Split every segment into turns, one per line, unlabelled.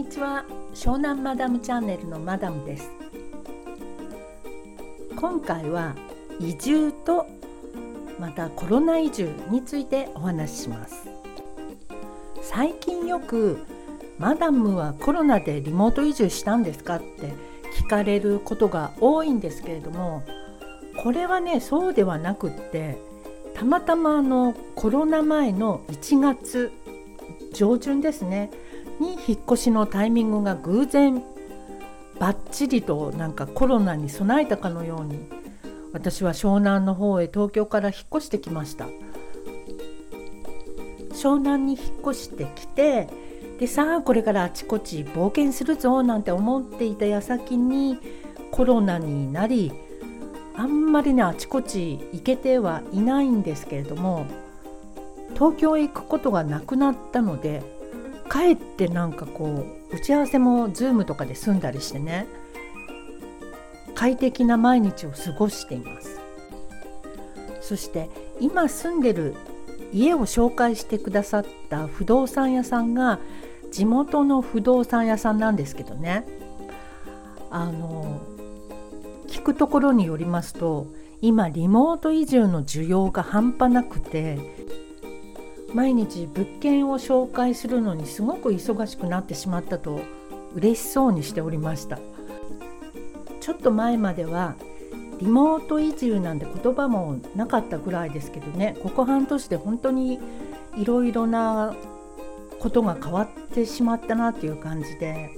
ちは。湘南マダムチャンネルのマダムです。今回は移住とまたコロナ移住についてお話しします。最近よくマダムはコロナでリモート移住したんですかって聞かれることが多いんですけれども、これはねそうではなくって、たまたまコロナ前の1月上旬ですねに引っ越しのタイミングが偶然バッチリとコロナに備えたかのように、私は湘南の方へ東京から引っ越してきました。湘南に引っ越してきて、でさあこれからあちこち冒険するぞなんて思っていた矢先にコロナになり、あんまりねあちこち行けてはいないんですけれども、東京へ行くことがなくなったので、帰って打ち合わせも Zoom とかで済んだりしてね、快適な毎日を過ごしています。そして今住んでる家を紹介してくださった不動産屋さんが地元の不動産屋さんなんですけどね、聞くところによりますと、今リモート移住の需要が半端なくて、毎日物件を紹介するのにすごく忙しくなってしまったと嬉しそうにしておりました。ちょっと前まではリモート移住なんて言葉もなかったぐらいですけどね、ここ半年で本当にいろいろなことが変わってしまったなっていう感じで、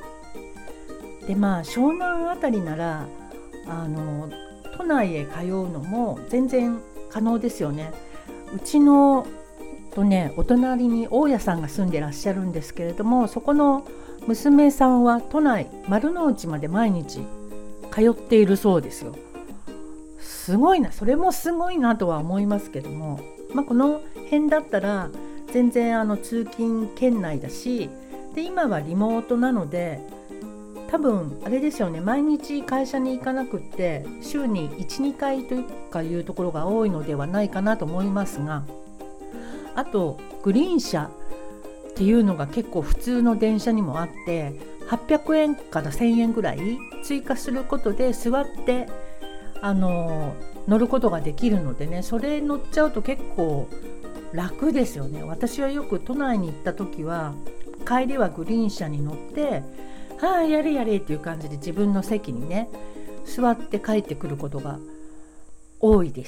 湘南あたりなら都内へ通うのも全然可能ですよね。うちのお隣に大家さんが住んでらっしゃるんですけれども、そこの娘さんは都内丸の内まで毎日通っているそうですよ。すごいな、それもすごいなとは思いますけども、この辺だったら全然通勤圏内だし、で今はリモートなので多分あれですよね、毎日会社に行かなくって週に 1,2 回というところが多いのではないかなと思いますが、あとグリーン車っていうのが結構普通の電車にもあって、800円から1000円ぐらい追加することで座って乗ることができるのでね、それ乗っちゃうと結構楽ですよね。私はよく都内に行った時は帰りはグリーン車に乗って、やれやれっていう感じで自分の席にね座って帰ってくることが多いです。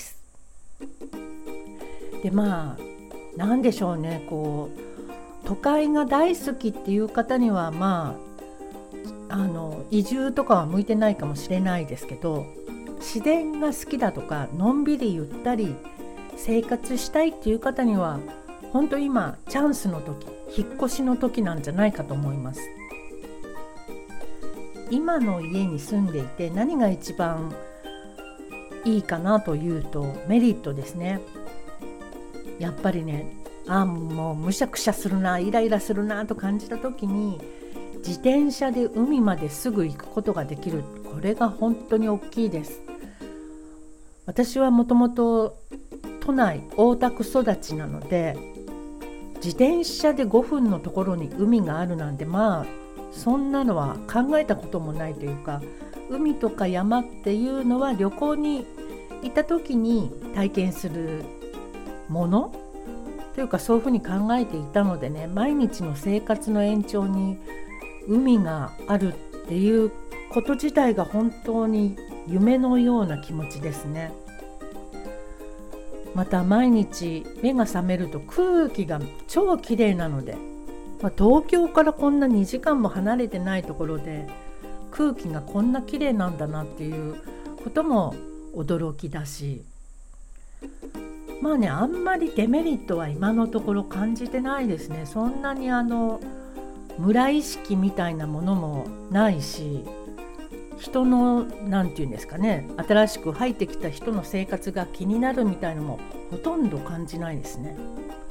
でなんでしょうね、都会が大好きっていう方には移住とかは向いてないかもしれないですけど、自然が好きだとかのんびりゆったり生活したいっていう方には本当今チャンスの時、引っ越しの時なんじゃないかと思います。今の家に住んでいて何が一番いいかなというと、メリットですね。やっぱりね、もうむしゃくしゃするな、イライラするなと感じた時に自転車で海まですぐ行くことができる。これが本当に大きいです。私はもともと都内大田区育ちなので、自転車で5分のところに海があるなんてそんなのは考えたこともないというか、海とか山っていうのは旅行に行った時に体験するものというか、そういうふうに考えていたのでね、毎日の生活の延長に海があるっていうこと自体が本当に夢のような気持ちですね。また毎日目が覚めると空気が超綺麗なので、東京からこんな2時間も離れてないところで空気がこんな綺麗なんだなっていうことも驚きだし、あんまりデメリットは今のところ感じてないですね。そんなに村意識みたいなものもないし、人のなんていうんですかね、新しく入ってきた人の生活が気になるみたいのもほとんど感じないですね。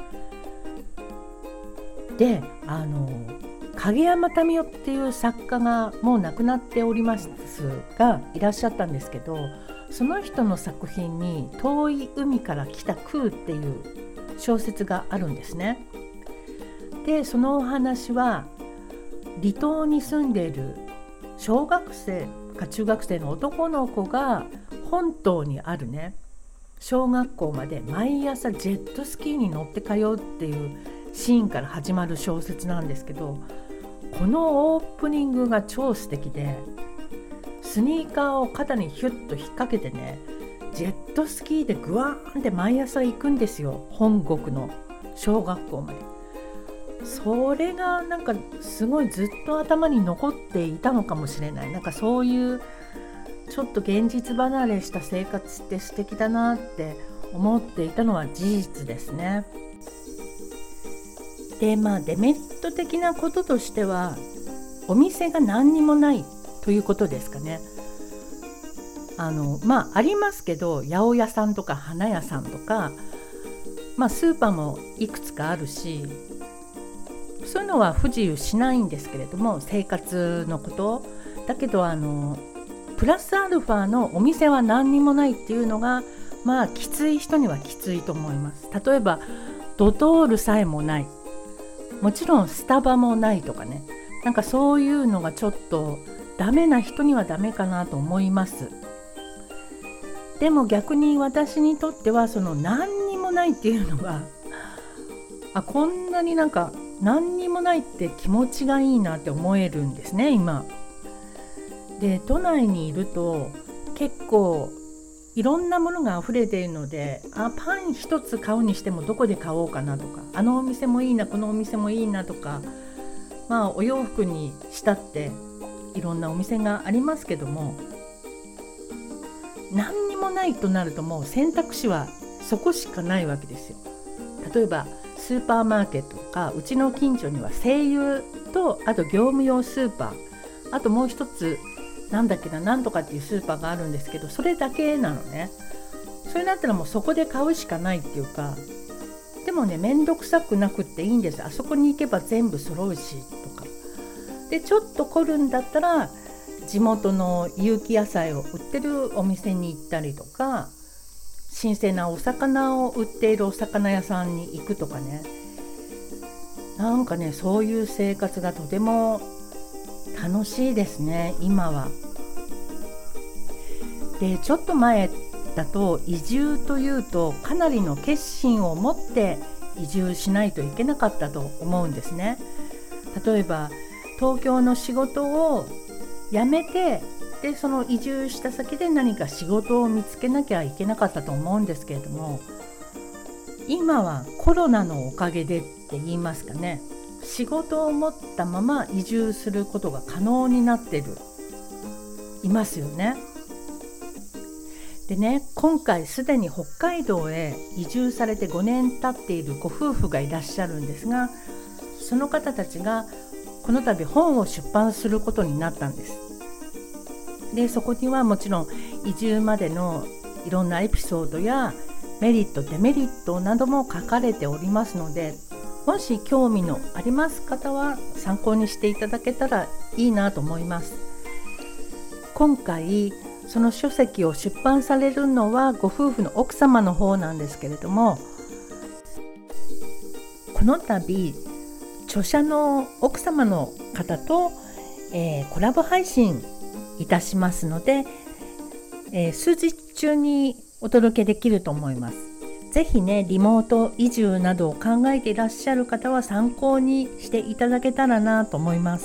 で影山民夫っていう作家がもう亡くなっておりますがいらっしゃったんですけど、その人の作品に遠い海から来た空っていう小説があるんですね。でそのお話は離島に住んでいる小学生か中学生の男の子が本島にあるね小学校まで毎朝ジェットスキーに乗って通うっていうシーンから始まる小説なんですけど、このオープニングが超素敵で、スニーカーを肩にヒュッと引っ掛けてね、ジェットスキーでグワーンって毎朝行くんですよ、本国の小学校まで。それがなんかすごいずっと頭に残っていたのかもしれない。なんかそういうちょっと現実離れした生活って素敵だなって思っていたのは事実ですね。で、デメリット的なこととしては、お店が何にもないということですかね。ありますけど、八百屋さんとか花屋さんとか、スーパーもいくつかあるし、そういうのは不自由しないんですけれども、生活のことだけどプラスアルファのお店は何にもないっていうのがきつい人にはきついと思います。例えばドトールさえもない、もちろんスタバもないとかね、なんかそういうのがちょっとダメな人にはダメかなと思います。でも逆に私にとってはその何にもないっていうのがこんなになんか何にもないって気持ちがいいなって思えるんですね今で。都内にいると結構いろんなものが溢れているので、パン一つ買うにしてもどこで買おうかなとか、あのお店もいいなこのお店もいいなとか、お洋服にしたっていろんなお店がありますけども、何にもないとなるともう選択肢はそこしかないわけですよ。例えばスーパーマーケットとか、うちの近所には西友と、あと業務用スーパー、あともう一つなんとかっていうスーパーがあるんですけど、それだけなのね。それだったらもうそこで買うしかないっていうか、でもね、めんどくさくなくっていいんです。あそこに行けば全部揃うしとかで、ちょっと凝るんだったら地元の有機野菜を売ってるお店に行ったりとか、新鮮なお魚を売っているお魚屋さんに行くとかね、なんかね、そういう生活がとても楽しいですね今は。で、ちょっと前だと移住というとかなりの決心を持って移住しないといけなかったと思うんですね。例えば東京の仕事を辞めて、でその移住した先で何か仕事を見つけなきゃいけなかったと思うんですけれども、今はコロナのおかげでって言いますかね、仕事を持ったまま移住することが可能になっていますよね。でね、今回すでに北海道へ移住されて5年経っているご夫婦がいらっしゃるんですが、その方たちがこの度本を出版することになったんです。で、そこにはもちろん移住までのいろんなエピソードやメリットデメリットなども書かれておりますので、もし興味のあります方は参考にしていただけたらいいなと思います。今回その書籍を出版されるのはご夫婦の奥様の方なんですけれども、この度著者の奥様の方と、コラボ配信いたしますので、数日中にお届けできると思います。ぜひね、リモート移住などを考えていらっしゃる方は参考にしていただけたらなと思います。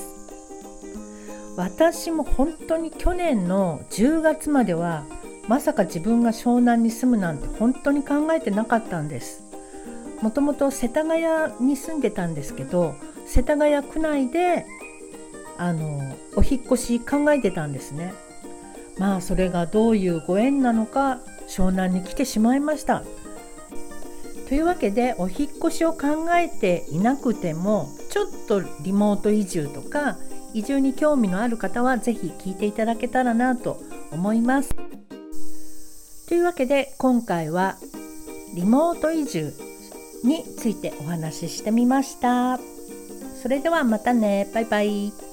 私も本当に去年の10月まではまさか自分が湘南に住むなんて本当に考えてなかったんです。もともと世田谷に住んでたんですけど、世田谷区内でお引っ越し考えてたんですね。それがどういうご縁なのか湘南に来てしまいました。というわけで、お引っ越しを考えていなくてもちょっとリモート移住とか移住に興味のある方はぜひ聞いていただけたらなと思います。というわけで、今回はリモート移住についてお話ししてみました。それではまたね。バイバイ。